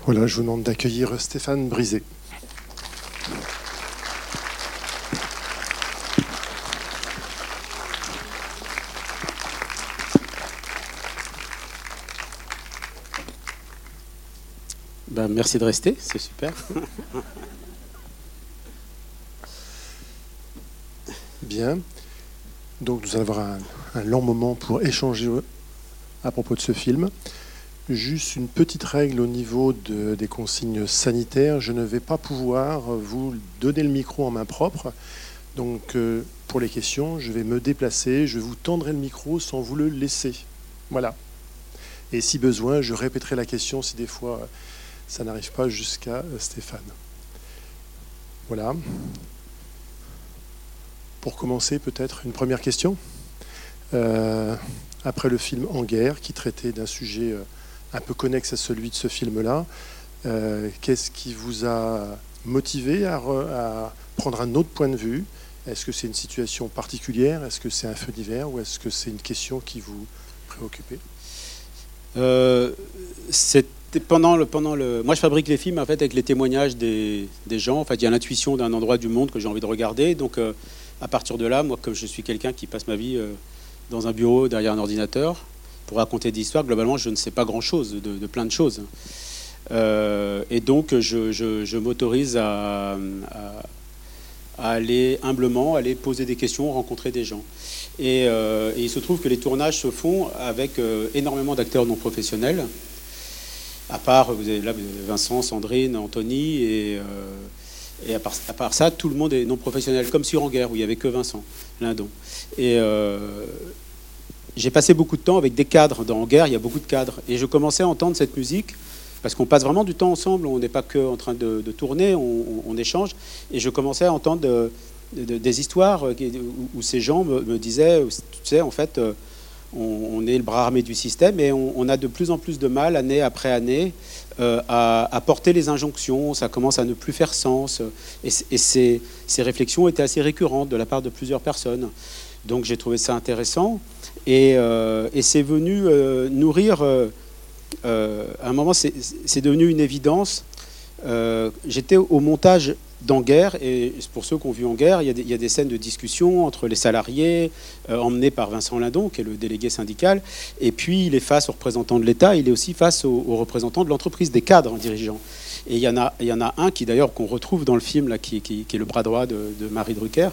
Voilà, je vous demande d'accueillir Stéphane Brisé. Ben, merci de rester, c'est super. Bien. Donc nous allons avoir un long moment pour échanger à propos de ce film. Juste une petite règle au niveau des consignes sanitaires. Je ne vais pas pouvoir vous donner le micro en main propre. Donc pour les questions, je vais me déplacer. Je vous tendrai le micro sans vous le laisser. Voilà. Et si besoin, je répéterai la question si des fois ça n'arrive pas jusqu'à Stéphane. Voilà. Pour commencer, peut-être une première question. Après le film En guerre, qui traitait d'un sujet un peu connexe à celui de ce film-là, qu'est-ce qui vous a motivé à prendre un autre point de vue? Est-ce que c'est une situation particulière? Est-ce que c'est un fait divers? Ou est-ce que c'est une question qui vous préoccupait? C'était pendant le... Moi, je fabrique les films en fait, avec les témoignages des gens. En fait, il y a l'intuition d'un endroit du monde que j'ai envie de regarder. Donc, à partir de là, moi, comme je suis quelqu'un qui passe ma vie dans un bureau derrière un ordinateur pour raconter des histoires, globalement, je ne sais pas grand-chose de plein de choses. Et donc, je m'autorise à aller humblement, aller poser des questions, rencontrer des gens. Et il se trouve que les tournages se font avec énormément d'acteurs non professionnels. À part, vous avez Vincent, Sandrine, Anthony, et à part ça, tout le monde est non professionnel, comme sur En guerre, où il n'y avait que Vincent Lindon. Et j'ai passé beaucoup de temps avec des cadres. Dans En guerre, il y a beaucoup de cadres. Et je commençais à entendre cette musique, parce qu'on passe vraiment du temps ensemble, on n'est pas que en train de tourner, on échange. Et je commençais à entendre des histoires où ces gens me disaient, tu sais, en fait, on est le bras armé du système et on a de plus en plus de mal, année après année, à porter les injonctions. Ça commence à ne plus faire sens. Et ces réflexions étaient assez récurrentes de la part de plusieurs personnes. Donc j'ai trouvé ça intéressant. Et c'est venu nourrir... à un moment, c'est devenu une évidence. J'étais au montage d'En guerre, et pour ceux qui ont vu En guerre, il y a des scènes de discussion entre les salariés, emmenés par Vincent Lindon, qui est le délégué syndical, et puis il est face aux représentants de l'État, il est aussi face aux représentants de l'entreprise, des cadres dirigeants. Et il y en a un qui, d'ailleurs, qu'on retrouve dans le film, là, qui est le bras droit de Marie Drucker,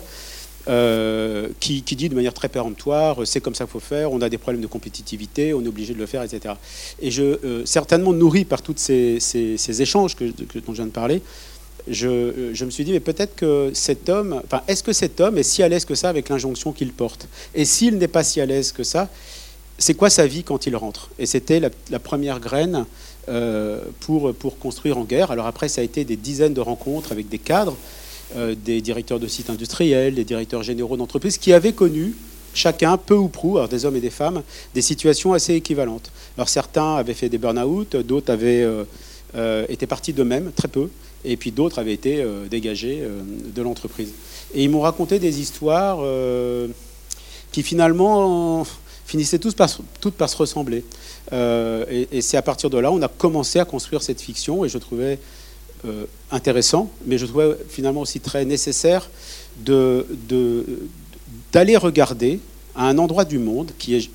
qui dit de manière très péremptoire, c'est comme ça qu'il faut faire, on a des problèmes de compétitivité, on est obligé de le faire, etc. Et certainement nourri par tous ces échanges dont je viens de parler, je me suis dit, mais peut-être que cet homme, enfin, est-ce que cet homme est si à l'aise que ça avec l'injonction qu'il porte? Et s'il n'est pas si à l'aise que ça, c'est quoi sa vie quand il rentre? Et c'était la première graine pour construire En guerre. Alors après, ça a été des dizaines de rencontres avec des cadres, des directeurs de sites industriels, des directeurs généraux d'entreprises qui avaient connu, chacun, peu ou prou, alors des hommes et des femmes, des situations assez équivalentes. Alors certains avaient fait des burn-out, d'autres étaient partis d'eux-mêmes, très peu, et puis d'autres avaient été dégagés de l'entreprise. Et ils m'ont raconté des histoires qui finalement finissaient toutes par se ressembler. Et c'est à partir de là, on a commencé à construire cette fiction, et je trouvais intéressant, mais je trouvais finalement aussi très nécessaire d'aller regarder à un endroit du monde qui est,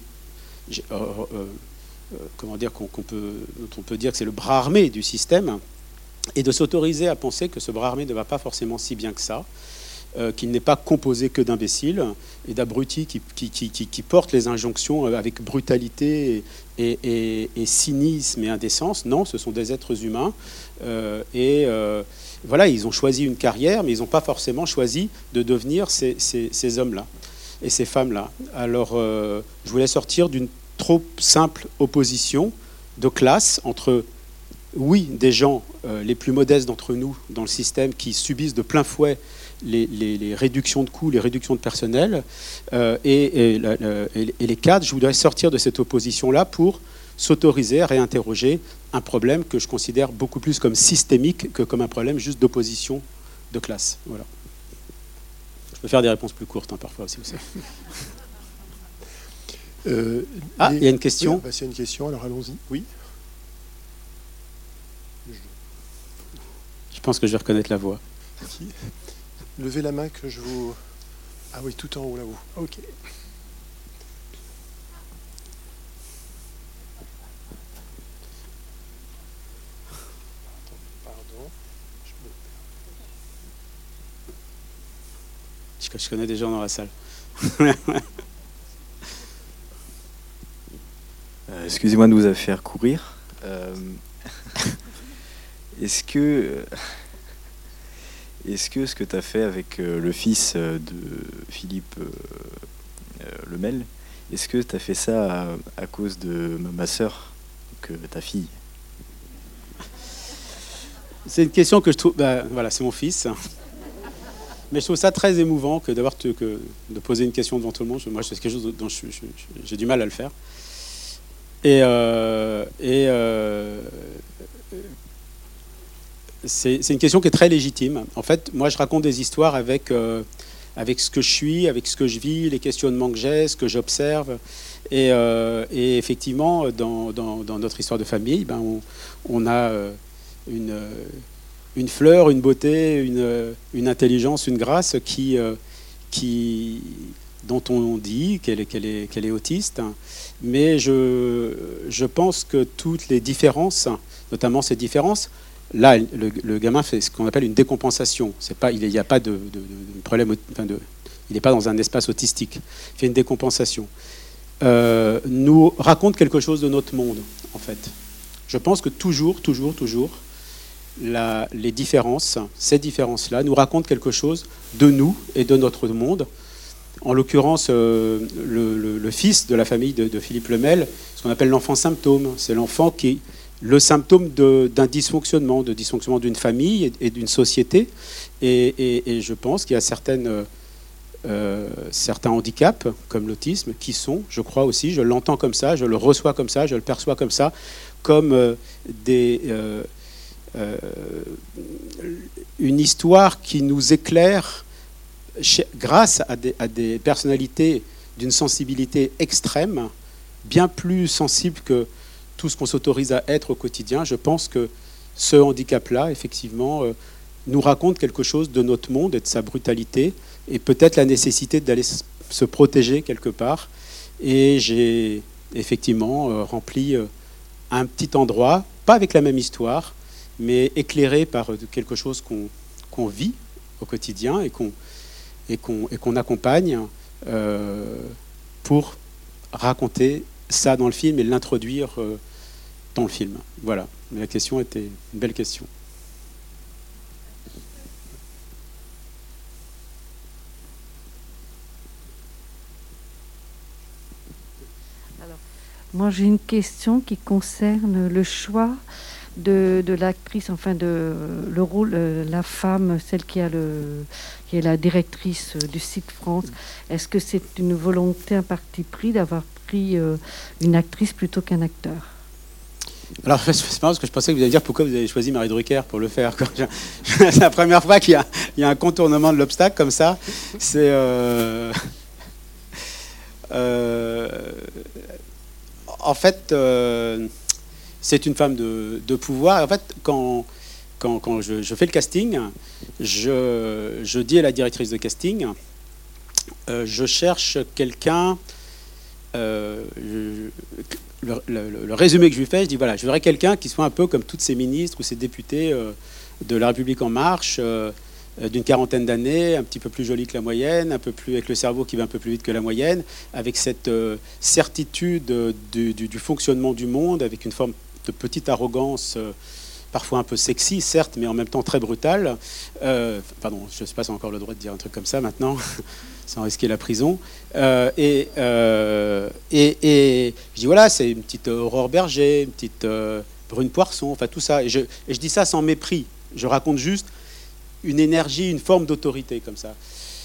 comment dire, dont on peut dire que c'est le bras armé du système, et de s'autoriser à penser que ce bras armé ne va pas forcément si bien que ça, qu'il n'est pas composé que d'imbéciles et d'abrutis qui portent les injonctions avec brutalité et cynisme et indécence. Non, ce sont des êtres humains. Voilà, ils ont choisi une carrière, mais ils n'ont pas forcément choisi de devenir ces hommes-là et ces femmes-là. Alors, je voulais sortir d'une trop simple opposition de classe entre... Oui, des gens les plus modestes d'entre nous dans le système qui subissent de plein fouet les réductions de coûts, les réductions de personnel, et les cadres. Je voudrais sortir de cette opposition-là pour s'autoriser à réinterroger un problème que je considère beaucoup plus comme systémique que comme un problème juste d'opposition de classe. Voilà. Je peux faire des réponses plus courtes parfois aussi, vous savez. Il y a une question. Oui, c'est une question, alors allons-y. Oui. Je pense que je vais reconnaître la voix. Levez la main que je vous... Ah oui, tout en haut là-haut. Ok. Pardon. Je connais des gens dans la salle. Excusez-moi de vous faire courir. Est-ce que ce que tu as fait avec le fils de Philippe Lemel, est-ce que tu as fait ça à cause de ma sœur, ta fille? C'est une question que je trouve... voilà, c'est mon fils. Mais je trouve ça très émouvant de poser une question devant tout le monde. Moi, c'est quelque chose dont j'ai du mal à le faire. C'est une question qui est très légitime. En fait, moi, je raconte des histoires avec ce que je suis, avec ce que je vis, les questionnements que j'ai, ce que j'observe. Et effectivement, dans notre histoire de famille, on a une fleur, une beauté, une intelligence, une grâce dont on dit qu'elle est autiste. Mais je pense que toutes les différences, notamment ces différences, là, le gamin fait ce qu'on appelle une décompensation. Il n'y a pas de problème, il n'est pas dans un espace autistique. Il fait une décompensation. Nous raconte quelque chose de notre monde, en fait. Je pense que toujours, les différences, ces différences-là, nous racontent quelque chose de nous et de notre monde. En l'occurrence, le fils de la famille de Philippe Lemel, ce qu'on appelle l'enfant symptôme, c'est l'enfant qui le symptôme d'un dysfonctionnement, d'une famille et d'une société. Et je pense qu'il y a certains handicaps, comme l'autisme, qui sont, je crois aussi, je l'entends comme ça, je le reçois comme ça, je le perçois comme ça, comme une histoire qui nous éclaire grâce à des personnalités d'une sensibilité extrême, bien plus sensible que tout ce qu'on s'autorise à être au quotidien. Je pense que ce handicap-là, effectivement, nous raconte quelque chose de notre monde et de sa brutalité, et peut-être la nécessité d'aller se protéger quelque part. Et j'ai effectivement rempli un petit endroit, pas avec la même histoire, mais éclairé par quelque chose qu'on vit au quotidien et qu'on accompagne pour raconter ça dans le film et l'introduire dans le film. Voilà, la question était une belle question. Alors, moi j'ai une question qui concerne le choix de l'actrice, enfin le rôle, la femme, celle qui est la directrice du site France. Est-ce que c'est une volonté, un parti pris d'avoir pris une actrice plutôt qu'un acteur? Alors, c'est marrant parce que je pensais que vous alliez dire pourquoi vous avez choisi Marie Drucker pour le faire. C'est la première fois qu'il y a un contournement de l'obstacle comme ça. C'est... en fait... c'est une femme de pouvoir. En fait, quand je fais le casting, je dis à la directrice de casting, je cherche quelqu'un... le résumé que je lui fais, je dis voilà, je voudrais quelqu'un qui soit un peu comme toutes ces ministres ou ces députés de La République En Marche, d'une quarantaine d'années, un petit peu plus jolie que la moyenne, un peu plus avec le cerveau qui va un peu plus vite que la moyenne, avec cette certitude du fonctionnement du monde, avec une forme de petite arrogance, parfois un peu sexy, certes, mais en même temps très brutale. Pardon, je ne sais pas si j'ai encore le droit de dire un truc comme ça maintenant, sans risquer la prison. Et je dis, voilà, c'est une petite Aurore Berger, une petite Brune Poisson, enfin tout ça. Et je dis ça sans mépris. Je raconte juste une énergie, une forme d'autorité comme ça.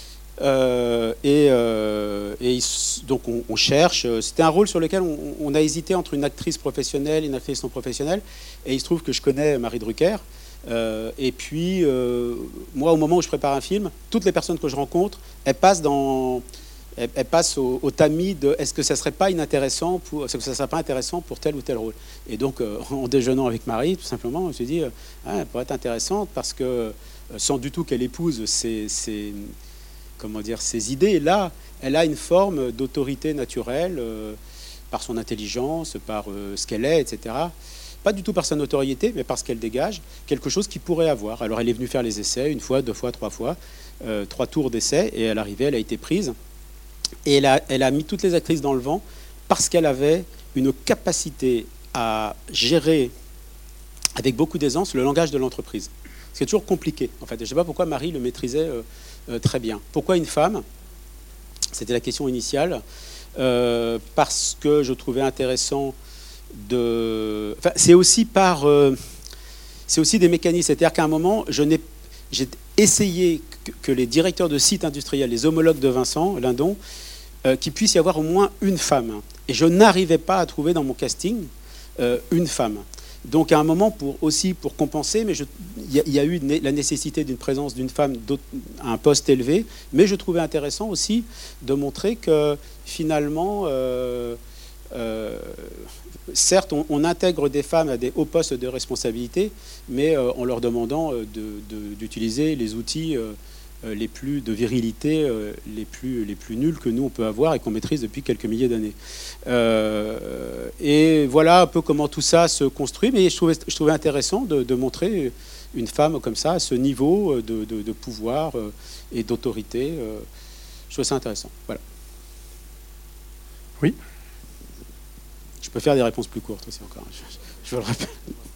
Donc on cherche. C'était un rôle sur lequel on a hésité entre une actrice professionnelle et une actrice non professionnelle. Et il se trouve que je connais Marie Drucker. Et puis, moi, au moment où je prépare un film, toutes les personnes que je rencontre, elles passent dans elle passe au tamis de est-ce que ça serait pas inintéressant est-ce que ça serait pas intéressant pour tel ou tel rôle. Et donc en déjeunant avec Marie, tout simplement, je me suis dit elle pourrait être intéressante parce que sans du tout qu'elle épouse ces idées là, elle a une forme d'autorité naturelle par son intelligence, par ce qu'elle est, etc. Pas du tout par sa notoriété, mais parce qu'elle dégage quelque chose qui pourrait avoir. Alors elle est venue faire les essais, 1 fois, 2 fois, 3 fois, 3 tours d'essais, et à l'arrivée, elle a été prise. Et elle a mis toutes les actrices dans le vent parce qu'elle avait une capacité à gérer avec beaucoup d'aisance le langage de l'entreprise. C'est toujours compliqué, en fait. Je ne sais pas pourquoi Marie le maîtrisait très bien. Pourquoi une femme? C'était la question initiale. Parce que je trouvais intéressant de... Enfin, c'est aussi des mécanismes. C'est-à-dire qu'à un moment, j'ai essayé que les directeurs de sites industriels, les homologues de Vincent Lindon, qu'il puisse y avoir au moins une femme. Et je n'arrivais pas à trouver dans mon casting une femme. Donc à un moment, pour compenser, mais il y a eu la nécessité d'une présence d'une femme à un poste élevé, mais je trouvais intéressant aussi de montrer que finalement, certes, on intègre des femmes à des hauts postes de responsabilité, mais en leur demandant d'utiliser les outils les plus de virilité, les plus nuls que nous on peut avoir et qu'on maîtrise depuis quelques milliers d'années. Et voilà un peu comment tout ça se construit, mais je trouvais intéressant de montrer une femme comme ça, à ce niveau de pouvoir et d'autorité. Je trouve ça intéressant. Voilà. Oui. Je peux faire des réponses plus courtes aussi encore. Je vous le rappelle.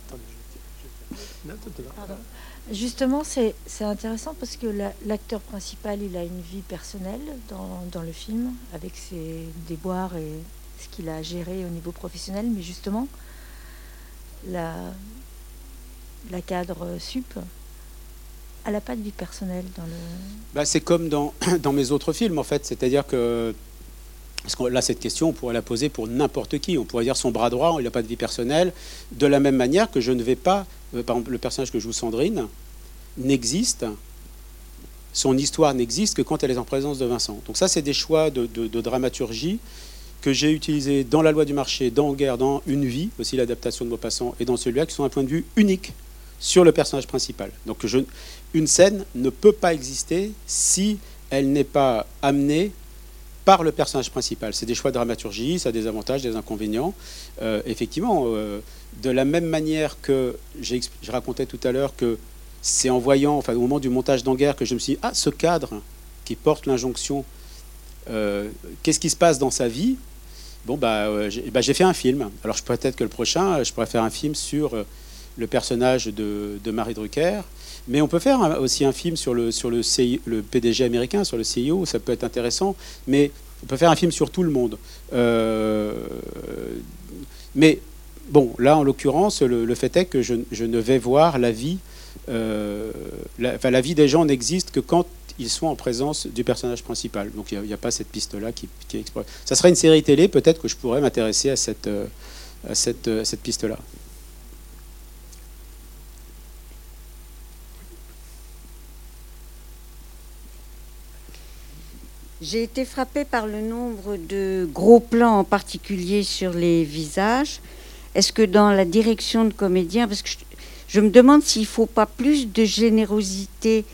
Pardon. Justement, c'est intéressant parce que l'acteur principal, il a une vie personnelle dans le film, avec ses déboires et ce qu'il a géré au niveau professionnel. Mais justement, la cadre sup, elle n'a pas de vie personnelle dans le... C'est comme dans mes autres films, en fait. C'est-à-dire que... Parce que là, cette question, on pourrait la poser pour n'importe qui. On pourrait dire son bras droit, il n'a pas de vie personnelle. De la même manière que je ne vais pas... par exemple, le personnage que joue Sandrine n'existe, son histoire n'existe que quand elle est en présence de Vincent. Donc ça, c'est des choix de dramaturgie que j'ai utilisés dans La Loi du marché, dans Guerre, dans Une vie, aussi l'adaptation de Maupassant, et dans celui-là, qui sont un point de vue unique sur le personnage principal. Donc une scène ne peut pas exister si elle n'est pas amenée par le personnage principal. C'est des choix de dramaturgie, ça a des avantages, des inconvénients. Effectivement, de la même manière que je racontais tout à l'heure que c'est en voyant, au moment du montage d'En-Guerre, que je me suis dit, ce cadre qui porte l'injonction, qu'est-ce qui se passe dans sa vie? Bon, j'ai fait un film. Alors peut-être que le prochain, je pourrais faire un film sur le personnage de Marie Drucker, mais on peut faire aussi un film sur le PDG américain, sur le CIO, ça peut être intéressant, mais on peut faire un film sur tout le monde. Mais bon, là, en l'occurrence, le fait est que je ne vais voir la vie... la vie des gens n'existe que quand ils sont en présence du personnage principal. Donc il n'y a pas cette piste-là qui est explorée. Ça serait une série télé, peut-être que je pourrais m'intéresser à cette piste-là. J'ai été frappée par le nombre de gros plans, en particulier sur les visages. Est-ce que dans la direction de comédien, parce que je me demande s'il ne faut pas plus de générosité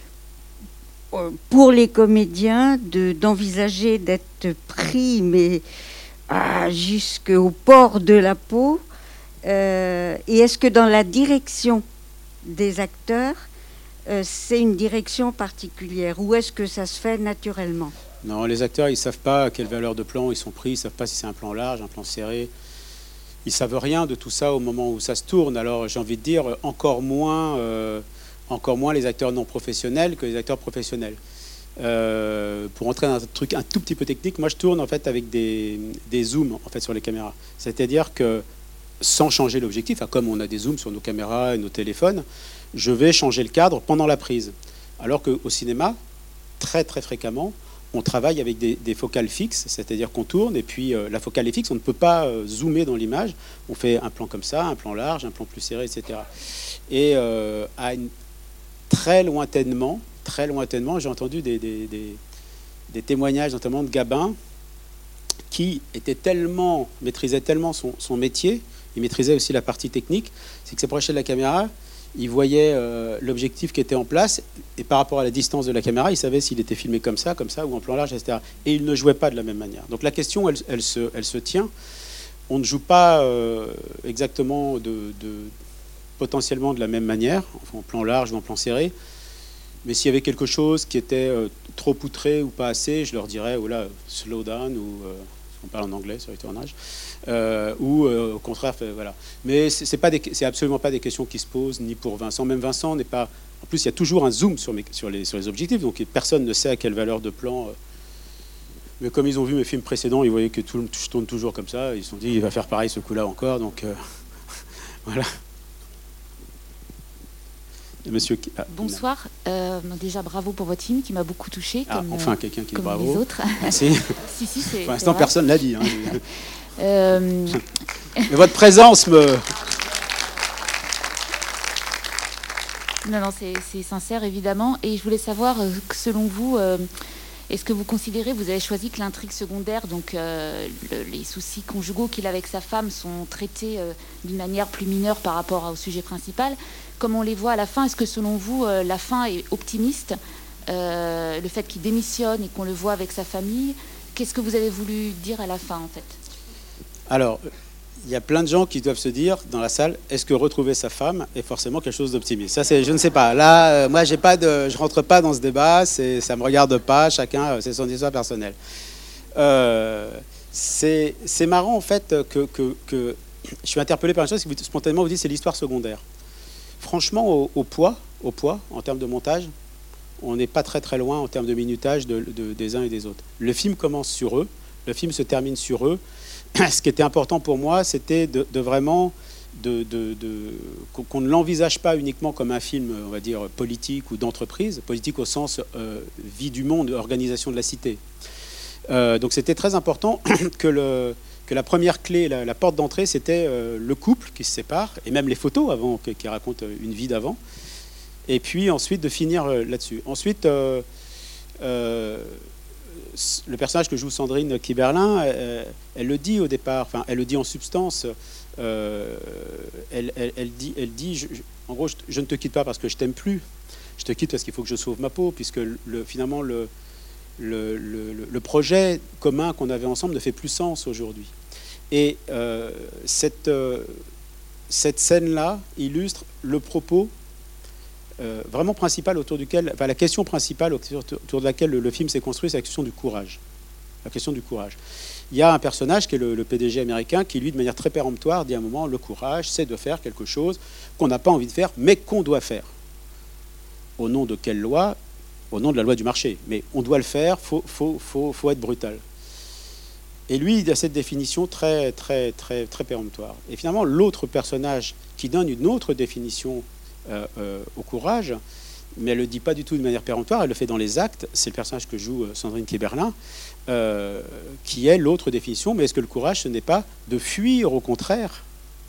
pour les comédiens d'envisager d'être pris, mais jusqu'au port de la peau. Et est-ce que dans la direction des acteurs, c'est une direction particulière, ou est-ce que ça se fait naturellement? Non, les acteurs, ils ne savent pas à quelle valeur de plan ils sont pris, ils ne savent pas si c'est un plan large, un plan serré. Ils ne savent rien de tout ça au moment où ça se tourne. Alors j'ai envie de dire encore moins les acteurs non professionnels que les acteurs professionnels. Pour entrer dans un truc un tout petit peu technique, moi je tourne en fait avec des zooms en fait sur les caméras. C'est-à-dire que sans changer l'objectif, comme on a des zooms sur nos caméras et nos téléphones, je vais changer le cadre pendant la prise. Alors qu'au cinéma, très très fréquemment, on travaille avec des focales fixes, c'est-à-dire qu'on tourne et puis la focale est fixe, on ne peut pas zoomer dans l'image. On fait un plan comme ça, un plan large, un plan plus serré, etc. Et très lointainement, j'ai entendu des des témoignages, notamment de Gabin, qui maîtrisait tellement son métier, il maîtrisait aussi la partie technique, c'est que s'approchait de la caméra, il voyait l'objectif qui était en place, et par rapport à la distance de la caméra, il savait s'il était filmé comme ça, ou en plan large, etc. Et il ne jouait pas de la même manière. Donc la question, elle se tient. On ne joue pas exactement potentiellement de la même manière, en plan large ou en plan serré. Mais s'il y avait quelque chose qui était trop poutré ou pas assez, je leur dirais, oh là, slow down, ou on parle en anglais sur les tournages, ou au contraire, voilà. Mais c'est absolument pas des questions qui se posent, ni pour Vincent. Même Vincent n'est pas... En plus, il y a toujours un zoom sur les objectifs, donc personne ne sait à quelle valeur de plan... Mais comme ils ont vu mes films précédents, ils voyaient que je tourne toujours comme ça, ils se sont dit, il va faire pareil ce coup-là encore, donc voilà. Monsieur... Bonsoir. Déjà, bravo pour votre film qui m'a beaucoup touchée. Enfin, quelqu'un qui dit bravo. Les autres. Merci. Si, pour l'instant, personne ne l'a dit. Hein. Mais votre présence me... Non, c'est sincère, évidemment. Et je voulais savoir, selon vous, est-ce que vous considérez, vous avez choisi que l'intrigue secondaire, donc les soucis conjugaux qu'il a avec sa femme, sont traités d'une manière plus mineure par rapport au sujet principal. Comme on les voit à la fin, est-ce que selon vous, la fin est optimiste, le fait qu'il démissionne et qu'on le voit avec sa famille, qu'est-ce que vous avez voulu dire à la fin, en fait? Alors, il y a plein de gens qui doivent se dire dans la salle, est-ce que retrouver sa femme est forcément quelque chose d'optimiste? Ça, je ne sais pas. Là, moi, je rentre pas dans ce débat, ça me regarde pas. Chacun, c'est son histoire personnelle. C'est marrant en fait que je suis interpellé par une chose qui spontanément vous dit c'est l'histoire secondaire. Franchement, au poids, en termes de montage, on n'est pas très très loin en termes de minutage des uns et des autres. Le film commence sur eux, le film se termine sur eux. Ce qui était important pour moi, c'était de vraiment qu'on ne l'envisage pas uniquement comme un film, on va dire, politique ou d'entreprise, politique au sens vie du monde, organisation de la cité. Donc c'était très important que la première clé, la porte d'entrée, c'était le couple qui se sépare, et même les photos avant, qui racontent une vie d'avant, et puis ensuite de finir là-dessus. Ensuite, le personnage que joue Sandrine Kiberlin, elle le dit au départ, enfin elle le dit en substance, elle dit en gros, je ne te quitte pas parce que je t'aime plus, je te quitte parce qu'il faut que je sauve ma peau, puisque finalement le projet commun qu'on avait ensemble ne fait plus sens aujourd'hui. Et cette scène-là illustre le propos vraiment principal autour duquel, enfin la question principale autour de laquelle le film s'est construit, c'est la question du courage. La question du courage. Il y a un personnage qui est le PDG américain qui, lui, de manière très péremptoire, dit à un moment, le courage, c'est de faire quelque chose qu'on n'a pas envie de faire, mais qu'on doit faire. Au nom de quelle loi? Au nom de la loi du marché. Mais on doit le faire, faut être brutal. Et lui, il a cette définition très, très, très, très péremptoire. Et finalement, l'autre personnage qui donne une autre définition au courage, mais elle ne le dit pas du tout de manière péremptoire, elle le fait dans les actes, c'est le personnage que joue Sandrine Kiberlin, qui est l'autre définition. Mais est-ce que le courage, ce n'est pas de fuir, au contraire,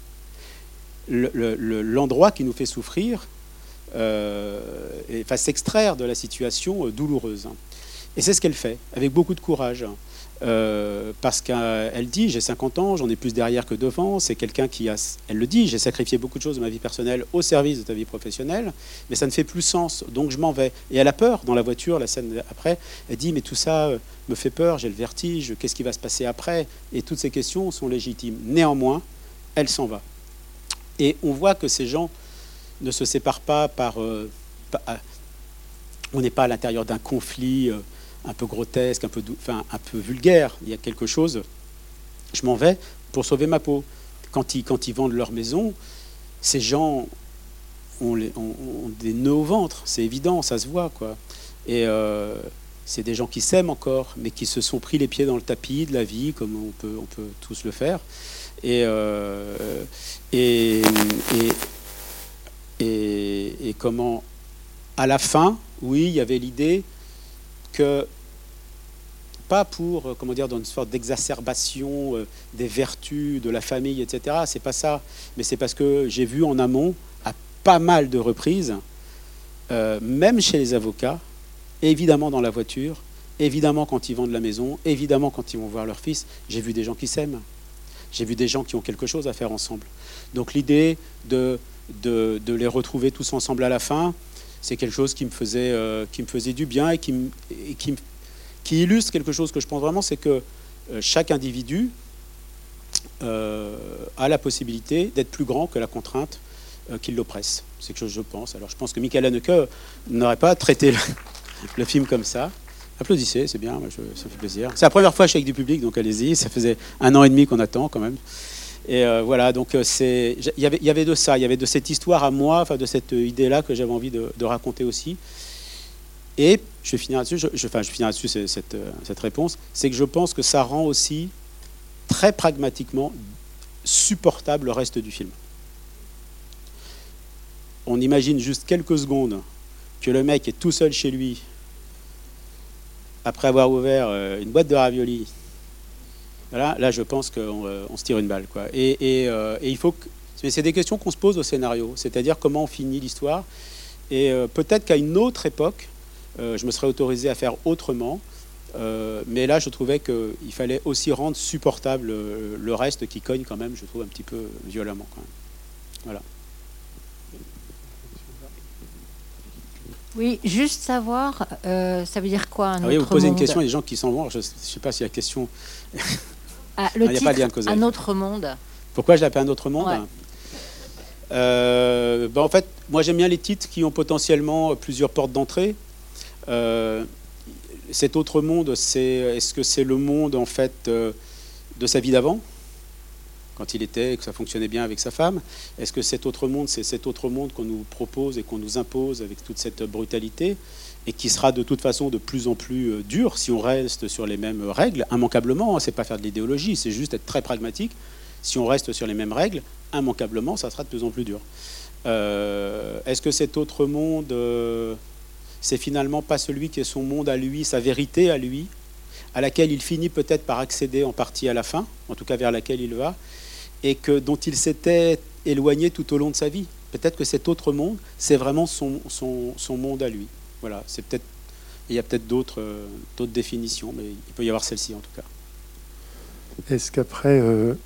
l'endroit qui nous fait souffrir, et enfin, s'extraire de la situation douloureuse? Et c'est ce qu'elle fait, avec beaucoup de courage. Parce qu'elle dit, j'ai 50 ans, j'en ai plus derrière que devant, c'est quelqu'un qui a... Elle le dit, j'ai sacrifié beaucoup de choses de ma vie personnelle au service de ta vie professionnelle, mais ça ne fait plus sens, donc je m'en vais. Et elle a peur, dans la voiture, la scène après, elle dit, mais tout ça me fait peur, j'ai le vertige, qu'est-ce qui va se passer après? Et toutes ces questions sont légitimes. Néanmoins, elle s'en va. Et on voit que ces gens ne se séparent pas par... on n'est pas à l'intérieur d'un conflit... un peu grotesque, un peu vulgaire. Il y a quelque chose, je m'en vais pour sauver ma peau. Quand ils vendent leur maison, ces gens ont des nœuds au ventre, c'est évident, ça se voit, quoi. Et c'est des gens qui s'aiment encore, mais qui se sont pris les pieds dans le tapis de la vie, comme on peut tous le faire. Et comment, à la fin, oui, il y avait l'idée que, pas pour, comment dire, dans une sorte d'exacerbation des vertus de la famille, etc. C'est pas ça, mais c'est parce que j'ai vu en amont, à pas mal de reprises, même chez les avocats, et évidemment dans la voiture, évidemment quand ils vendent la maison, évidemment quand ils vont voir leur fils, j'ai vu des gens qui s'aiment. J'ai vu des gens qui ont quelque chose à faire ensemble. Donc l'idée de les retrouver tous ensemble à la fin, c'est quelque chose qui me faisait du bien et qui illustre quelque chose que je pense vraiment, c'est que chaque individu a la possibilité d'être plus grand que la contrainte qui l'oppresse. C'est quelque chose que je pense. Alors je pense que Michael Haneke n'aurait pas traité le film comme ça. Applaudissez, c'est bien, ça fait plaisir. C'est la première fois que je suis avec du public, donc allez-y. Ça faisait 1 an et demi qu'on attend quand même. Et voilà, donc il y avait de ça, il y avait de cette histoire à moi, enfin de cette idée-là que j'avais envie de raconter aussi. Et je vais finir là-dessus, je finirai là-dessus cette réponse, c'est que je pense que ça rend aussi très pragmatiquement supportable le reste du film. On imagine juste quelques secondes que le mec est tout seul chez lui après avoir ouvert une boîte de raviolis. Voilà, là, je pense qu'on se tire une balle, quoi. Et il faut que... Mais c'est des questions qu'on se pose au scénario, c'est-à-dire comment on finit l'histoire. Et peut-être qu'à une autre époque, je me serais autorisé à faire autrement. Mais là, je trouvais qu'il fallait aussi rendre supportable le reste qui cogne quand même, je trouve, un petit peu violemment, quand même. Voilà. Oui, juste savoir, ça veut dire quoi un autre monde ? Oui, vous posez une question, il y a des gens qui s'en vont. Je ne sais pas si la question... Le non, titre, un autre monde. Pourquoi je l'appelle un autre monde ? Ouais. En fait, moi j'aime bien les titres qui ont potentiellement plusieurs portes d'entrée. Cet autre monde, est-ce que c'est le monde en fait de sa vie d'avant, quand il était et que ça fonctionnait bien avec sa femme ? Est-ce que cet autre monde, c'est cet autre monde qu'on nous propose et qu'on nous impose avec toute cette brutalité et qui sera de toute façon de plus en plus dur si on reste sur les mêmes règles, immanquablement, c'est pas faire de l'idéologie, c'est juste être très pragmatique. Si on reste sur les mêmes règles, immanquablement, ça sera de plus en plus dur. Est-ce que cet autre monde, c'est finalement pas celui qui est son monde à lui, sa vérité à lui, à laquelle il finit peut-être par accéder en partie à la fin, en tout cas vers laquelle il va, et dont il s'était éloigné tout au long de sa vie. Peut-être que cet autre monde, c'est vraiment son monde à lui. Voilà, il y a peut-être d'autres définitions, mais il peut y avoir celle-ci en tout cas. Est-ce qu'après...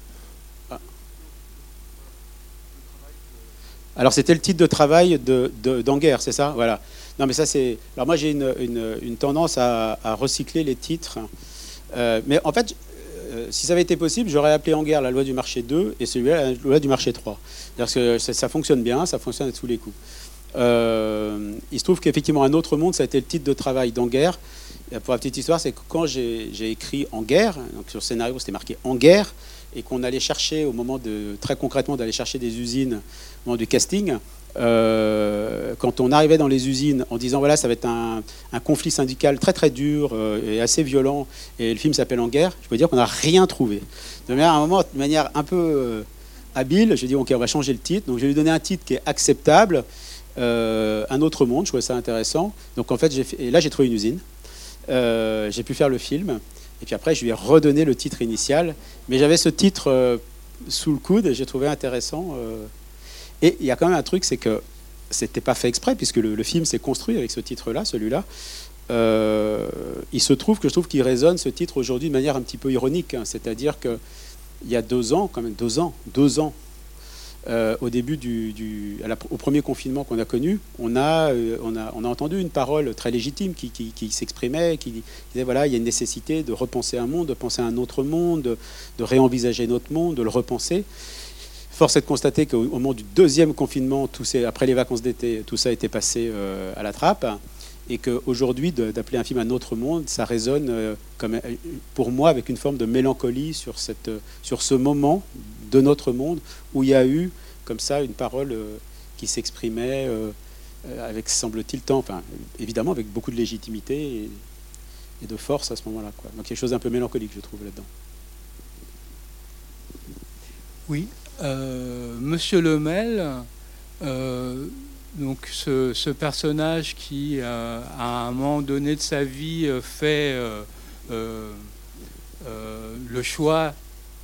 Alors c'était le titre de travail d'Anger, c'est ça ? Voilà. Non mais ça c'est... Alors moi j'ai une tendance à recycler les titres. Mais en fait, si ça avait été possible, j'aurais appelé Anger la loi du marché 2 et celui-là la loi du marché 3. Parce que ça fonctionne bien, ça fonctionne à tous les coups. Il se trouve qu'effectivement un autre monde, ça a été le titre de travail d'Anger. Pour la petite histoire, c'est que quand j'ai écrit En guerre, donc sur le scénario c'était marqué En guerre, et qu'on allait chercher très concrètement d'aller chercher des usines au moment du casting, quand on arrivait dans les usines en disant voilà ça va être un conflit syndical très très dur et assez violent, et le film s'appelle En guerre, je peux dire qu'on n'a rien trouvé. De manière un peu habile, j'ai dit ok on va changer le titre, donc je vais lui donner un titre qui est acceptable. Un autre monde, je trouvais ça intéressant. Donc en fait, là j'ai trouvé une usine. J'ai pu faire le film. Et puis après, je lui ai redonné le titre initial. Mais j'avais ce titre sous le coude et j'ai trouvé intéressant. Et il y a quand même un truc, c'est que c'était pas fait exprès, puisque le film s'est construit avec ce titre-là, celui-là. Il se trouve que je trouve qu'il résonne, ce titre, aujourd'hui, de manière un petit peu ironique. Hein. C'est-à-dire qu'il y a 2 ans, quand même, 2 ans, au début au premier confinement qu'on a connu, on a entendu une parole très légitime qui s'exprimait, qui disait voilà, il y a une nécessité de repenser un monde, de penser à un autre monde, de réenvisager notre monde, de le repenser. Force est de constater qu'au moment du 2e confinement, après les vacances d'été, tout ça a été passé à la trappe, et qu'aujourd'hui, d'appeler un film Un autre monde, ça résonne pour moi avec une forme de mélancolie sur ce moment de notre monde où il y a eu comme ça une parole qui s'exprimait avec, semble-t-il, évidemment avec beaucoup de légitimité et de force à ce moment-là, quoi. Donc quelque chose d'un peu mélancolique, je trouve, là-dedans. Oui, Monsieur Lemel, donc ce personnage qui, à un moment donné de sa vie, fait le choix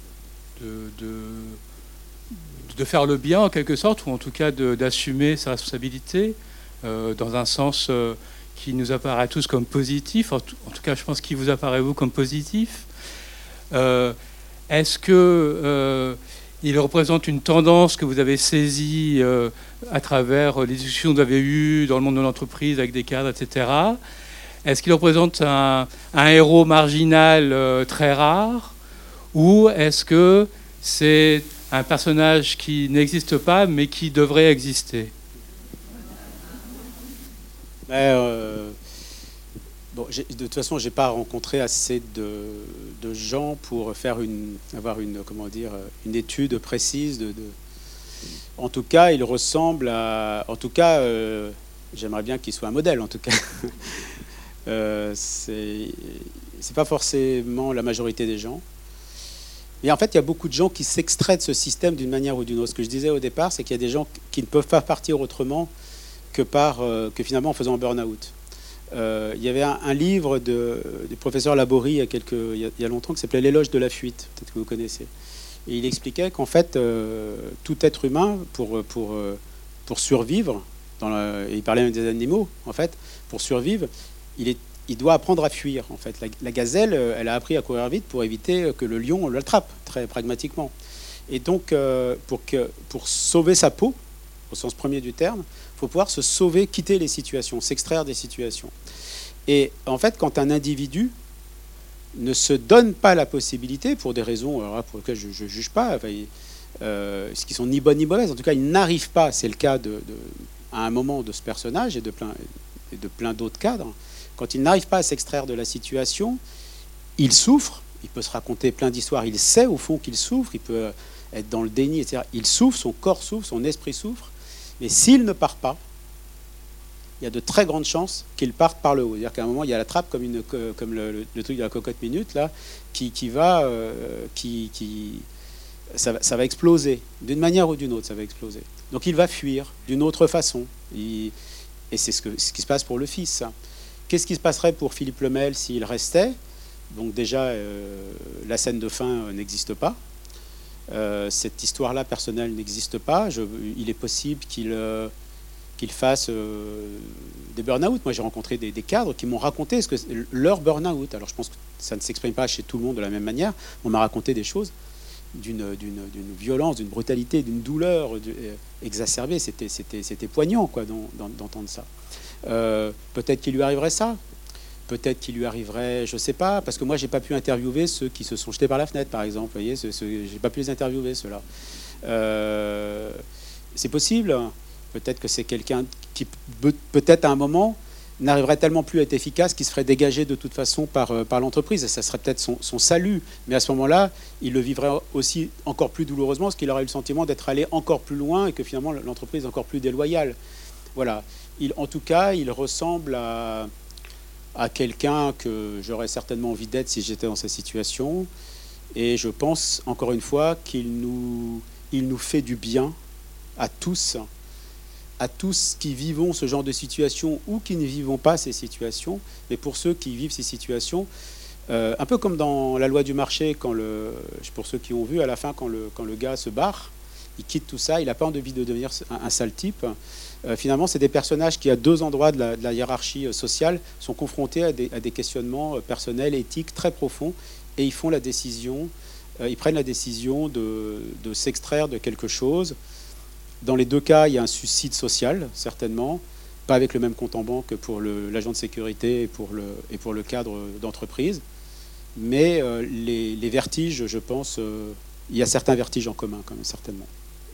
de faire le bien en quelque sorte, ou en tout cas d'assumer sa responsabilité dans un sens qui nous apparaît à tous comme positif, en tout cas je pense qu'il vous apparaît vous comme positif. Est-ce que il représente une tendance que vous avez saisie à travers les discussions que vous avez eues dans le monde de l'entreprise avec des cadres, etc. Est-ce qu'il représente un héros marginal très rare, ou est-ce que c'est un personnage qui n'existe pas mais qui devrait exister? Bon, de toute façon, j'ai pas rencontré assez de gens pour avoir une étude précise. En tout cas, il ressemble à. En tout cas, j'aimerais bien qu'il soit un modèle. En tout cas, c'est pas forcément la majorité des gens. Et en fait, il y a beaucoup de gens qui s'extraient de ce système d'une manière ou d'une autre. Ce que je disais au départ, c'est qu'il y a des gens qui ne peuvent pas partir autrement que finalement en faisant un burn-out. Il y avait un livre du professeur Laborie il y a longtemps qui s'appelait L'éloge de la fuite, peut-être que vous connaissez. Et il expliquait qu'en fait, tout être humain, pour survivre, et il parlait même des animaux, en fait, pour survivre, il doit apprendre à fuir. En fait, la gazelle, elle a appris à courir vite pour éviter que le lion l'attrape, très pragmatiquement. Et donc, pour sauver sa peau, au sens premier du terme, il faut pouvoir se sauver, quitter les situations, s'extraire des situations. Et en fait, quand un individu ne se donne pas la possibilité, pour des raisons pour lesquelles je ne juge pas, ce qui sont ni bonnes ni mauvaises, en tout cas, il n'arrive pas, c'est le cas à un moment de ce personnage et de plein d'autres cadres, quand il n'arrive pas à s'extraire de la situation, il souffre, il peut se raconter plein d'histoires, il sait au fond qu'il souffre, il peut être dans le déni, etc. Il souffre, son corps souffre, son esprit souffre, mais s'il ne part pas, il y a de très grandes chances qu'il parte par le haut. C'est-à-dire qu'à un moment, il y a la trappe comme le truc de la cocotte minute, là, ça va exploser. D'une manière ou d'une autre, ça va exploser. Donc il va fuir d'une autre façon. Et c'est ce qui se passe pour le fils. Qu'est-ce qui se passerait pour Philippe Lemel s'il restait? Donc déjà, la scène de fin n'existe pas. Cette histoire-là personnelle n'existe pas. Il est possible qu'il fasse des burn-out. Moi, j'ai rencontré des cadres qui m'ont raconté leur burn-out. Alors, je pense que ça ne s'exprime pas chez tout le monde de la même manière. On m'a raconté des choses d'une violence, d'une brutalité, d'une douleur exacerbée. C'était poignant, quoi, d'entendre ça. Peut-être qu'il lui arriverait ça. Peut-être qu'il lui arriverait, je ne sais pas, parce que moi, j'ai pas pu interviewer ceux qui se sont jetés par la fenêtre, par exemple. Vous voyez, j'ai pas pu les interviewer, ceux-là. C'est possible. Peut-être que c'est quelqu'un qui, peut-être à un moment, n'arriverait tellement plus à être efficace qu'il se ferait dégager de toute façon par l'entreprise. Et ça serait peut-être son salut. Mais à ce moment-là, il le vivrait aussi encore plus douloureusement, parce qu'il aurait eu le sentiment d'être allé encore plus loin et que finalement, l'entreprise est encore plus déloyale. Voilà. En tout cas, il ressemble à quelqu'un que j'aurais certainement envie d'être si j'étais dans sa situation. Et je pense, encore une fois, qu'il nous fait du bien à tous qui vivons ce genre de situation ou qui ne vivons pas ces situations. Mais pour ceux qui vivent ces situations, un peu comme dans La loi du marché, pour ceux qui ont vu, à la fin, quand le gars se barre, il quitte tout ça, il n'a pas envie de devenir un sale type. Finalement, c'est des personnages qui, à deux endroits de la hiérarchie sociale, sont confrontés à des questionnements personnels, éthiques très profonds, et ils prennent la décision de s'extraire de quelque chose. Dans les deux cas, il y a un suicide social, certainement, pas avec le même compte en banque que pour l'agent de sécurité et pour le cadre d'entreprise. Mais les vertiges, je pense, il y a certains vertiges en commun, quand même, certainement.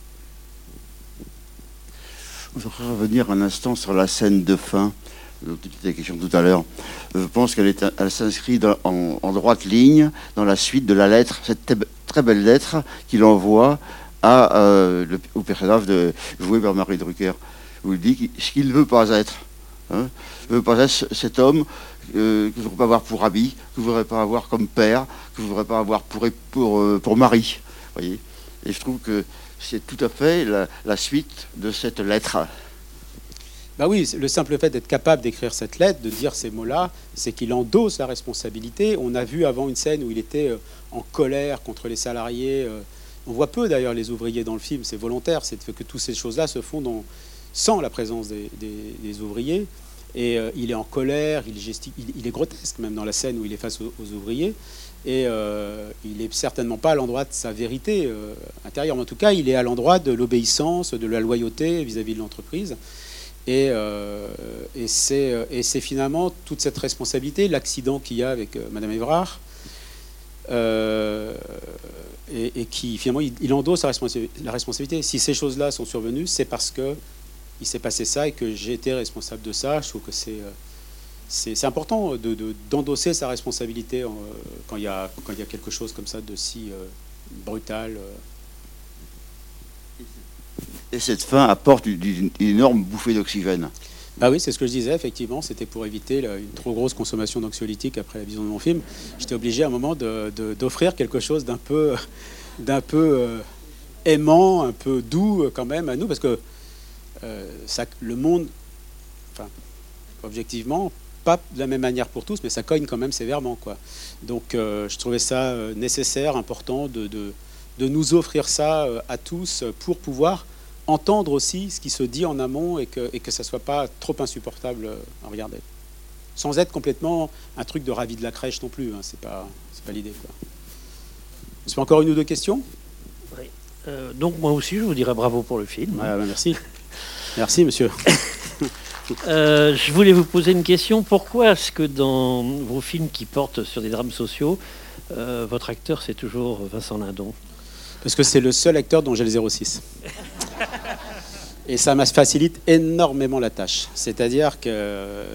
Je voudrais revenir un instant sur la scène de fin, dont tu étais question tout à l'heure. Je pense qu'elle s'inscrit en droite ligne dans la suite de la lettre, cette très belle lettre qu'il envoie au personnage joué par Marie Drucker, où il dit ce qu'il ne veut pas être. Hein, il ne veut pas être cet homme que je ne voudrais pas avoir pour ami, que je ne voudrais pas avoir comme père, que je ne voudrais pas avoir pour mari. Voyez. Et je trouve que c'est tout à fait la suite de cette lettre. Bah oui, le simple fait d'être capable d'écrire cette lettre, de dire ces mots-là, c'est qu'il endosse la responsabilité. On a vu avant une scène où il était en colère contre les salariés. On voit peu d'ailleurs les ouvriers dans le film, c'est volontaire, c'est que toutes ces choses-là se font sans la présence des ouvriers. Et il est en colère, il est grotesque même dans la scène où il est face aux ouvriers. Et il n'est certainement pas à l'endroit de sa vérité intérieure. Mais en tout cas, il est à l'endroit de l'obéissance, de la loyauté vis-à-vis de l'entreprise. Et c'est finalement toute cette responsabilité, l'accident qu'il y a avec Madame Évrard, et qui finalement il endosse la responsabilité. Si ces choses-là sont survenues, c'est parce que il s'est passé ça et que j'ai été responsable de ça. Je trouve que c'est important d'endosser sa responsabilité quand il y a quelque chose comme ça de si brutal. Et cette fin apporte une énorme bouffée d'oxygène. Bah oui, c'est ce que je disais, effectivement. C'était pour éviter une trop grosse consommation d'anxiolytiques après la vision de mon film. J'étais obligé à un moment d'offrir quelque chose d'un peu aimant, un peu doux quand même à nous, parce que le monde, enfin, objectivement, pas de la même manière pour tous, mais ça cogne quand même sévèrement, quoi. Donc je trouvais ça nécessaire, important de nous offrir ça à tous pour pouvoir entendre aussi ce qui se dit en amont et que ça soit pas trop insupportable à regarder, sans être complètement un truc de ravi de la crèche non plus, hein. C'est pas l'idée, quoi. Est-ce encore une ou deux questions? Oui. Donc moi aussi je vous dirais bravo pour le film. Ah, bah, merci. Merci monsieur. Je voulais vous poser une question. Pourquoi est-ce que dans vos films qui portent sur des drames sociaux, votre acteur c'est toujours Vincent Lindon? Parce que c'est le seul acteur dont j'ai le 06. Et ça me facilite énormément la tâche. C'est-à-dire que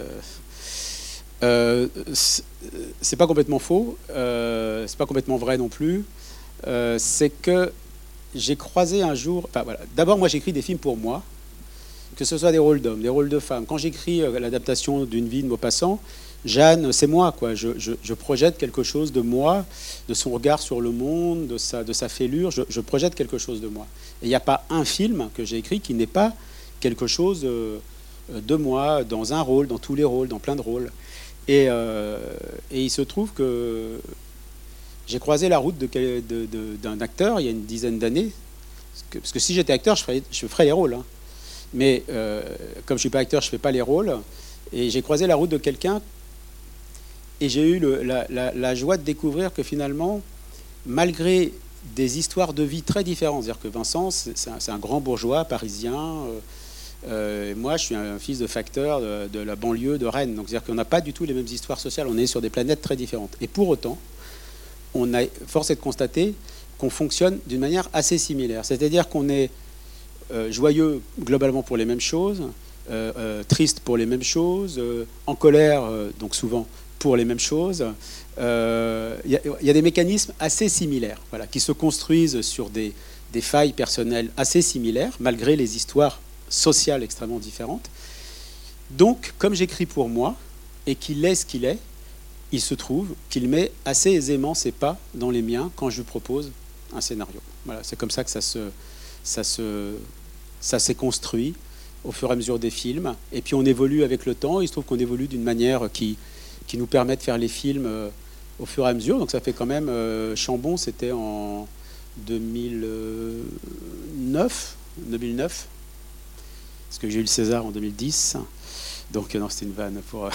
c'est pas complètement faux, c'est pas complètement vrai non plus. C'est que j'ai croisé un jour... Enfin, voilà. D'abord, moi, j'écris des films pour moi, que ce soit des rôles d'hommes, des rôles de femmes. Quand j'écris l'adaptation d'Une vie de Maupassant, Jeanne, c'est moi, quoi. Je projette quelque chose de moi, de son regard sur le monde, de sa fêlure. Je projette quelque chose de moi. Et il n'y a pas un film que j'ai écrit qui n'est pas quelque chose de moi, dans un rôle, dans tous les rôles, dans plein de rôles. Et il se trouve que j'ai croisé la route d'un acteur il y a une dizaine d'années. Parce que si j'étais acteur, je ferais les rôles, hein. Mais comme je ne suis pas acteur, je ne fais pas les rôles. Et j'ai croisé la route de quelqu'un et j'ai eu la joie de découvrir que finalement, malgré des histoires de vie très différentes, c'est-à-dire que Vincent, c'est un grand bourgeois parisien, moi je suis un fils de facteur de la banlieue de Rennes, donc c'est-à-dire qu'on n'a pas du tout les mêmes histoires sociales, on est sur des planètes très différentes. Et pour autant, force est de constater qu'on fonctionne d'une manière assez similaire, c'est-à-dire qu'on est joyeux globalement pour les mêmes choses, triste pour les mêmes choses, en colère, donc souvent pour les mêmes choses. Il y a des mécanismes assez similaires, voilà, qui se construisent sur des failles personnelles assez similaires, malgré les histoires sociales extrêmement différentes. Donc, comme j'écris pour moi, et qu'il est ce qu'il est, il se trouve qu'il met assez aisément ses pas dans les miens quand je lui propose un scénario. Voilà, c'est comme ça que ça s'est construit au fur et à mesure des films. Et puis on évolue avec le temps. Il se trouve qu'on évolue d'une manière qui nous permet de faire les films au fur et à mesure. Donc ça fait quand même... Chambon, c'était en 2009. Parce que j'ai eu le César en 2010. Donc non, c'était une vanne pour...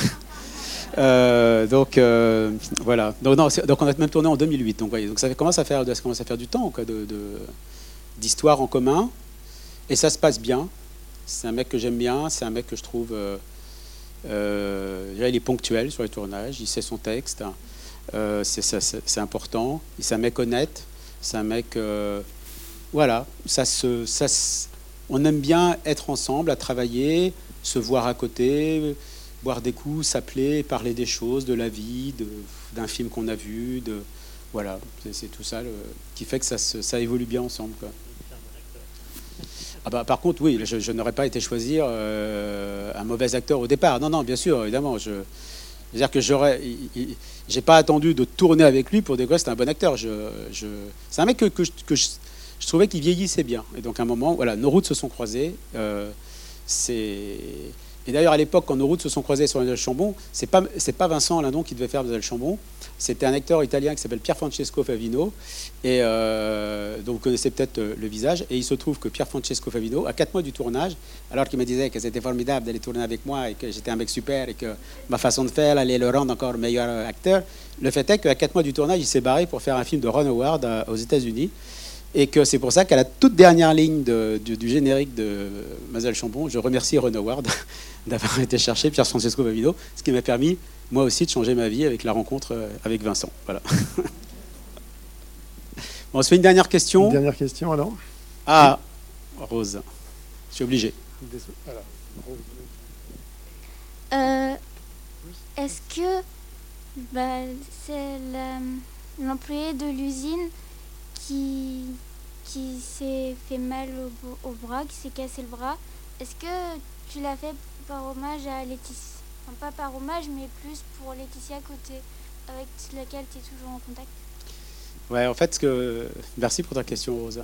voilà. Donc on a même tourné en 2008. Donc, voyez, donc ça commence à faire du temps, quoi, d'histoire en commun. Et ça se passe bien. C'est un mec que j'aime bien. C'est un mec que je trouve... il est ponctuel sur les tournages. Il sait son texte. C'est important. C'est un mec honnête. C'est un mec... voilà. On aime bien être ensemble, à travailler, se voir à côté, boire des coups, s'appeler, parler des choses, de la vie, d'un film qu'on a vu. Voilà. C'est tout ça qui fait que ça évolue bien ensemble, quoi. Ah bah, par contre, oui, je n'aurais pas été choisir un mauvais acteur au départ. Non, bien sûr, évidemment. C'est-à-dire que j'ai pas attendu de tourner avec lui pour découvrir que c'était un bon acteur. C'est un mec que je trouvais qu'il vieillissait bien. Et donc, à un moment, voilà, nos routes se sont croisées. Et d'ailleurs, à l'époque, quand nos routes se sont croisées sur Mademoiselle Chambon, c'est pas Vincent Lindon qui devait faire Mademoiselle Chambon, c'était un acteur italien qui s'appelle Pier Francesco Favino, et donc vous connaissez peut-être le visage, et il se trouve que Pier Francesco Favino, à 4 mois du tournage, alors qu'il me disait que c'était formidable d'aller tourner avec moi, et que j'étais un mec super, et que ma façon de faire allait le rendre encore meilleur acteur, le fait est qu'à 4 mois du tournage, il s'est barré pour faire un film de Ron Howard aux États-Unis, et que c'est pour ça qu'à la toute dernière ligne du générique de Mademoiselle Chambon, je remercie Ron Howard d'avoir été chercher Pier Francesco Favino, ce qui m'a permis, moi aussi, de changer ma vie avec la rencontre avec Vincent. Voilà. Bon, on se fait une dernière question. Une dernière question, alors. Ah, Rose. Je suis obligé. Voilà. Est-ce que c'est l'employé de l'usine qui s'est fait mal au bras, qui s'est cassé le bras? Est-ce que tu l'as fait par hommage à Laetitia? Enfin, pas par hommage, mais plus pour Laetitia Côté, avec laquelle tu es toujours en contact. Ouais, en fait, merci pour ta question, Rose.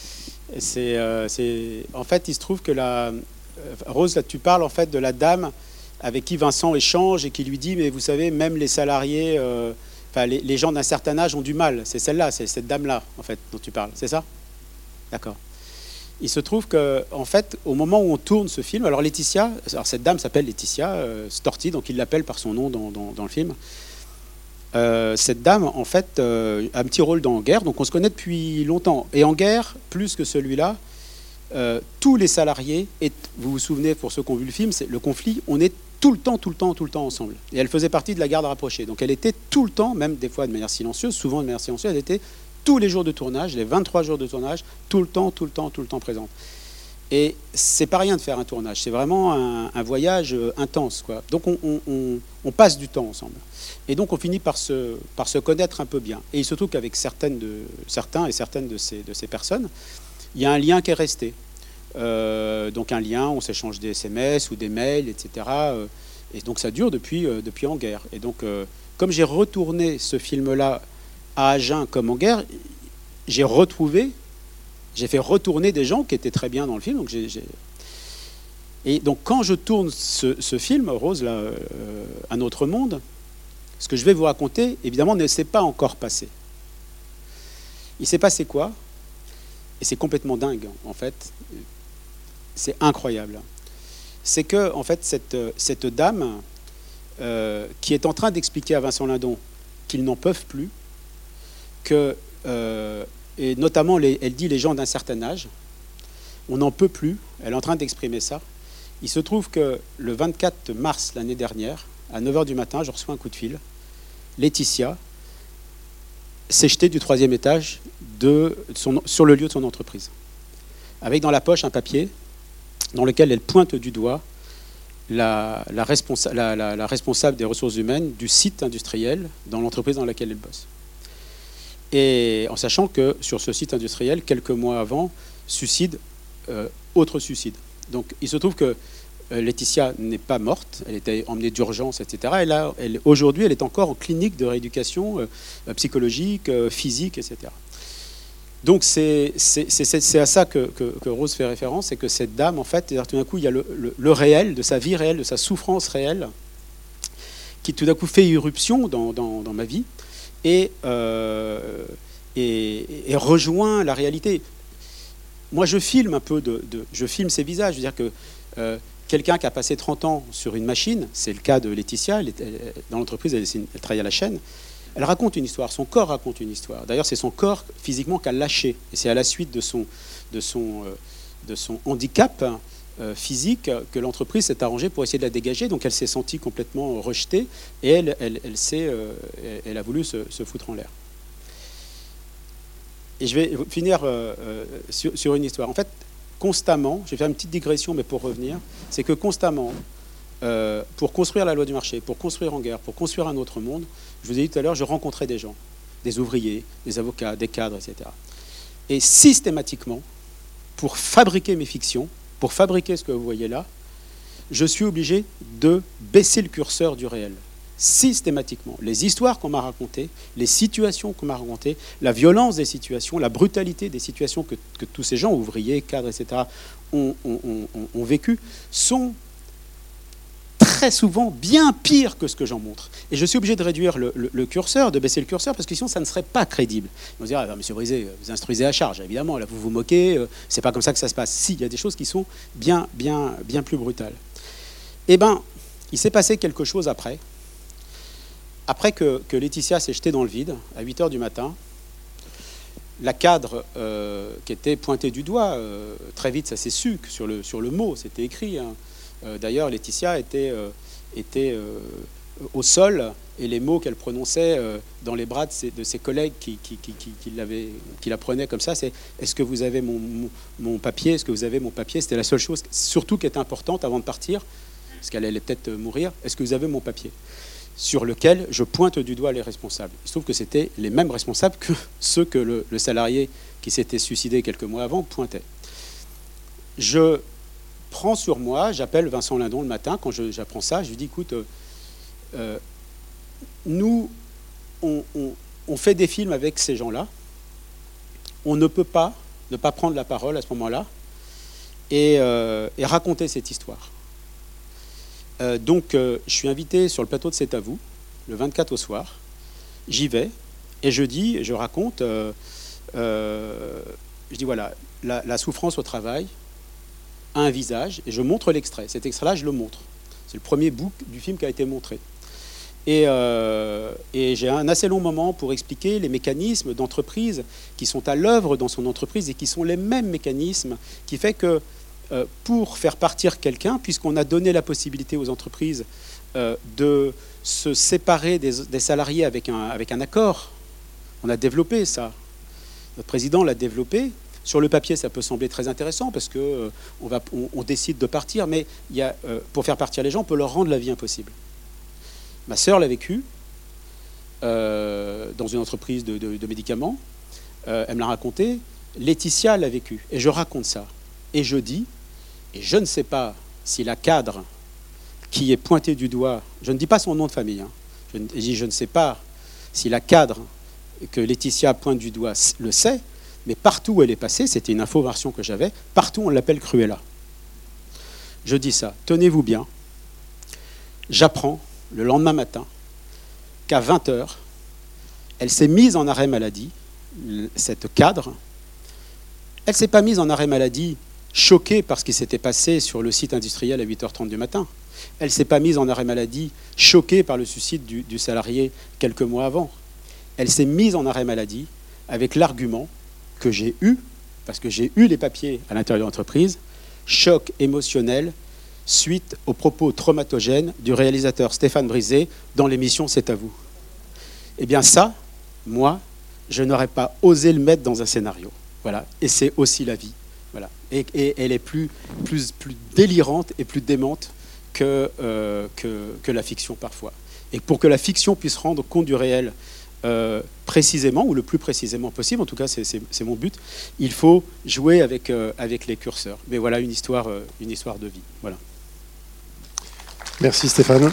En fait, il se trouve que Rose, là, tu parles en fait de la dame avec qui Vincent échange et qui lui dit, mais vous savez, même les salariés, les gens d'un certain âge ont du mal. C'est celle-là, c'est cette dame-là, en fait, dont tu parles. C'est ça? D'accord. Il se trouve que, en fait, au moment où on tourne ce film, alors Laetitia, cette dame s'appelle Laetitia Storti, donc il l'appelle par son nom dans le film. Cette dame, en fait, a un petit rôle dans En Guerre, donc on se connaît depuis longtemps. Et En Guerre, plus que celui-là, tous les salariés, et vous vous souvenez, pour ceux qui ont vu le film, c'est le conflit, on est tout le temps ensemble. Et elle faisait partie de la garde rapprochée. Donc elle était tout le temps, même des fois de manière silencieuse, souvent de manière silencieuse, elle était tous les jours de tournage, les 23 jours de tournage, tout le temps présente. Et c'est pas rien de faire un tournage, c'est vraiment un voyage intense, quoi. Donc on passe du temps ensemble. Et donc on finit par se connaître un peu bien. Et il se trouve qu'avec certains et certaines de ces personnes, il y a un lien qui est resté. Donc un lien, on s'échange des SMS ou des mails, etc. Et donc ça dure depuis En Guerre. Et donc comme j'ai retourné ce film-là à Agen comme En Guerre, j'ai fait retourner des gens qui étaient très bien dans le film. Donc Et donc quand je tourne ce film, Rose, là, Un autre monde, ce que je vais vous raconter, évidemment, ne s'est pas encore passé. Il s'est passé quoi? Et c'est complètement dingue, en fait. C'est incroyable. C'est que, en fait, cette dame qui est en train d'expliquer à Vincent Lindon qu'ils n'en peuvent plus, et notamment, elle dit les gens d'un certain âge, on n'en peut plus, elle est en train d'exprimer ça. Il se trouve que le 24 mars l'année dernière, à 9h du matin, je reçois un coup de fil. Laetitia s'est jetée du 3e étage sur le lieu de son entreprise, avec dans la poche un papier dans lequel elle pointe du doigt la responsable des ressources humaines du site industriel dans l'entreprise dans laquelle elle bosse. Et en sachant que sur ce site industriel, quelques mois avant, autre suicide. Donc il se trouve que Laetitia n'est pas morte, elle était emmenée d'urgence, etc. Et là, aujourd'hui, elle est encore en clinique de rééducation psychologique, physique, etc. Donc c'est à ça que Rose fait référence, c'est que cette dame, en fait, tout d'un coup, il y a le réel, de sa vie réelle, de sa souffrance réelle, qui tout d'un coup fait irruption dans ma vie et rejoint la réalité. Moi, je filme un peu, je filme ses visages. Je veux dire que quelqu'un qui a passé 30 ans sur une machine, c'est le cas de Laetitia, dans l'entreprise, elle travaille à la chaîne, elle raconte une histoire, son corps raconte une histoire. D'ailleurs, c'est son corps physiquement qu'elle a lâché. Et c'est à la suite de son handicap physique que l'entreprise s'est arrangée pour essayer de la dégager. Donc elle s'est sentie complètement rejetée et elle a voulu se foutre en l'air. Et je vais finir sur une histoire. En fait, constamment, je vais faire une petite digression, mais pour revenir, c'est que constamment, pour construire la loi du marché, pour construire En Guerre, pour construire un autre monde, je vous ai dit tout à l'heure, je rencontrais des gens, des ouvriers, des avocats, des cadres, etc. Et systématiquement, pour fabriquer mes fictions, pour fabriquer ce que vous voyez là, je suis obligé de baisser le curseur du réel. Systématiquement. Les histoires qu'on m'a racontées, les situations qu'on m'a racontées, la violence des situations, la brutalité des situations que tous ces gens, ouvriers, cadres, etc., ont vécues, sont très souvent bien pire que ce que j'en montre. Et je suis obligé de réduire le curseur, de baisser le curseur, parce que sinon ça ne serait pas crédible. On se dirait, ah, monsieur Brisé, vous instruisez à charge. Évidemment, là vous vous moquez, c'est pas comme ça que ça se passe. Si, il y a des choses qui sont bien plus brutales. Eh bien, il s'est passé quelque chose après. Après que Laetitia s'est jetée dans le vide, à 8 h du matin, la cadre qui était pointée du doigt, très vite ça s'est su que sur le mot, c'était écrit. Hein. D'ailleurs, Laetitia était au sol et les mots qu'elle prononçait dans les bras de ses collègues qui la prenaient comme ça, c'est « Est-ce que vous avez mon papier ? Est-ce que vous avez mon papier ?» C'était la seule chose, surtout qui était importante avant de partir, parce qu'elle allait peut-être mourir. « Est-ce que vous avez mon papier ?» Sur lequel je pointe du doigt les responsables. Il se trouve que c'était les mêmes responsables que ceux que le salarié qui s'était suicidé quelques mois avant pointait. Je prends sur moi, j'appelle Vincent Lindon le matin, quand j'apprends ça, je lui dis, écoute, nous, on fait des films avec ces gens-là, on ne peut pas ne pas prendre la parole à ce moment-là et raconter cette histoire. Donc, je suis invité sur le plateau de C'est à vous, le 24 au soir. J'y vais et je raconte, je dis voilà, la souffrance au travail a un visage et je montre l'extrait. Cet extrait-là, je le montre. C'est le premier bout du film qui a été montré. Et j'ai un assez long moment pour expliquer les mécanismes d'entreprise qui sont à l'œuvre dans son entreprise et qui sont les mêmes mécanismes qui fait que pour faire partir quelqu'un, puisqu'on a donné la possibilité aux entreprises de se séparer des salariés avec un accord. On a développé ça. Notre président l'a développé. Sur le papier, ça peut sembler très intéressant parce qu'on décide de partir, mais pour faire partir les gens, on peut leur rendre la vie impossible. Ma sœur l'a vécu dans une entreprise de médicaments. Elle me l'a raconté. Laetitia l'a vécu. Et je raconte ça. Et je dis, et je ne sais pas si la cadre qui est pointée du doigt, je ne dis pas son nom de famille, hein, je ne sais pas si la cadre que Laetitia pointe du doigt le sait, mais partout où elle est passée, c'était une information que j'avais, partout on l'appelle Cruella. Je dis ça, tenez-vous bien, j'apprends le lendemain matin qu'à 20 h, elle s'est mise en arrêt maladie, cette cadre. Elle ne s'est pas mise en arrêt maladie choquée par ce qui s'était passé sur le site industriel à 8 h 30 du matin. Elle ne s'est pas mise en arrêt maladie choquée par le suicide du salarié quelques mois avant. Elle s'est mise en arrêt maladie avec l'argument que j'ai eu, parce que j'ai eu les papiers à l'intérieur de l'entreprise, choc émotionnel suite aux propos traumatogènes du réalisateur Stéphane Brisé dans l'émission C'est à vous. Eh bien ça, moi, je n'aurais pas osé le mettre dans un scénario. Voilà. Et c'est aussi la vie. Voilà. Et elle est plus délirante et plus démente que la fiction parfois. Et pour que la fiction puisse rendre compte du réel précisément, ou le plus précisément possible, en tout cas c'est mon but, il faut jouer avec les curseurs. Mais voilà une histoire de vie. Voilà. Merci Stéphane.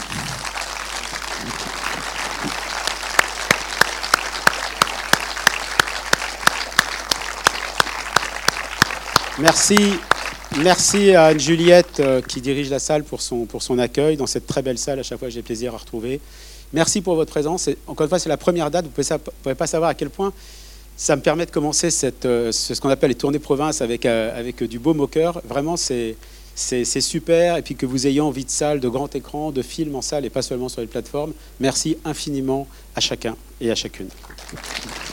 Merci à Anne-Juliette qui dirige la salle pour son accueil dans cette très belle salle. À chaque fois, j'ai plaisir à retrouver. Merci pour votre présence. Encore une fois, c'est la première date. Vous ne pouvez pas savoir à quel point ça me permet de commencer ce qu'on appelle les tournées province avec du baume au cœur. Vraiment, c'est super. Et puis que vous ayez envie de salle, de grand écran, de films en salle et pas seulement sur les plateformes. Merci infiniment à chacun et à chacune.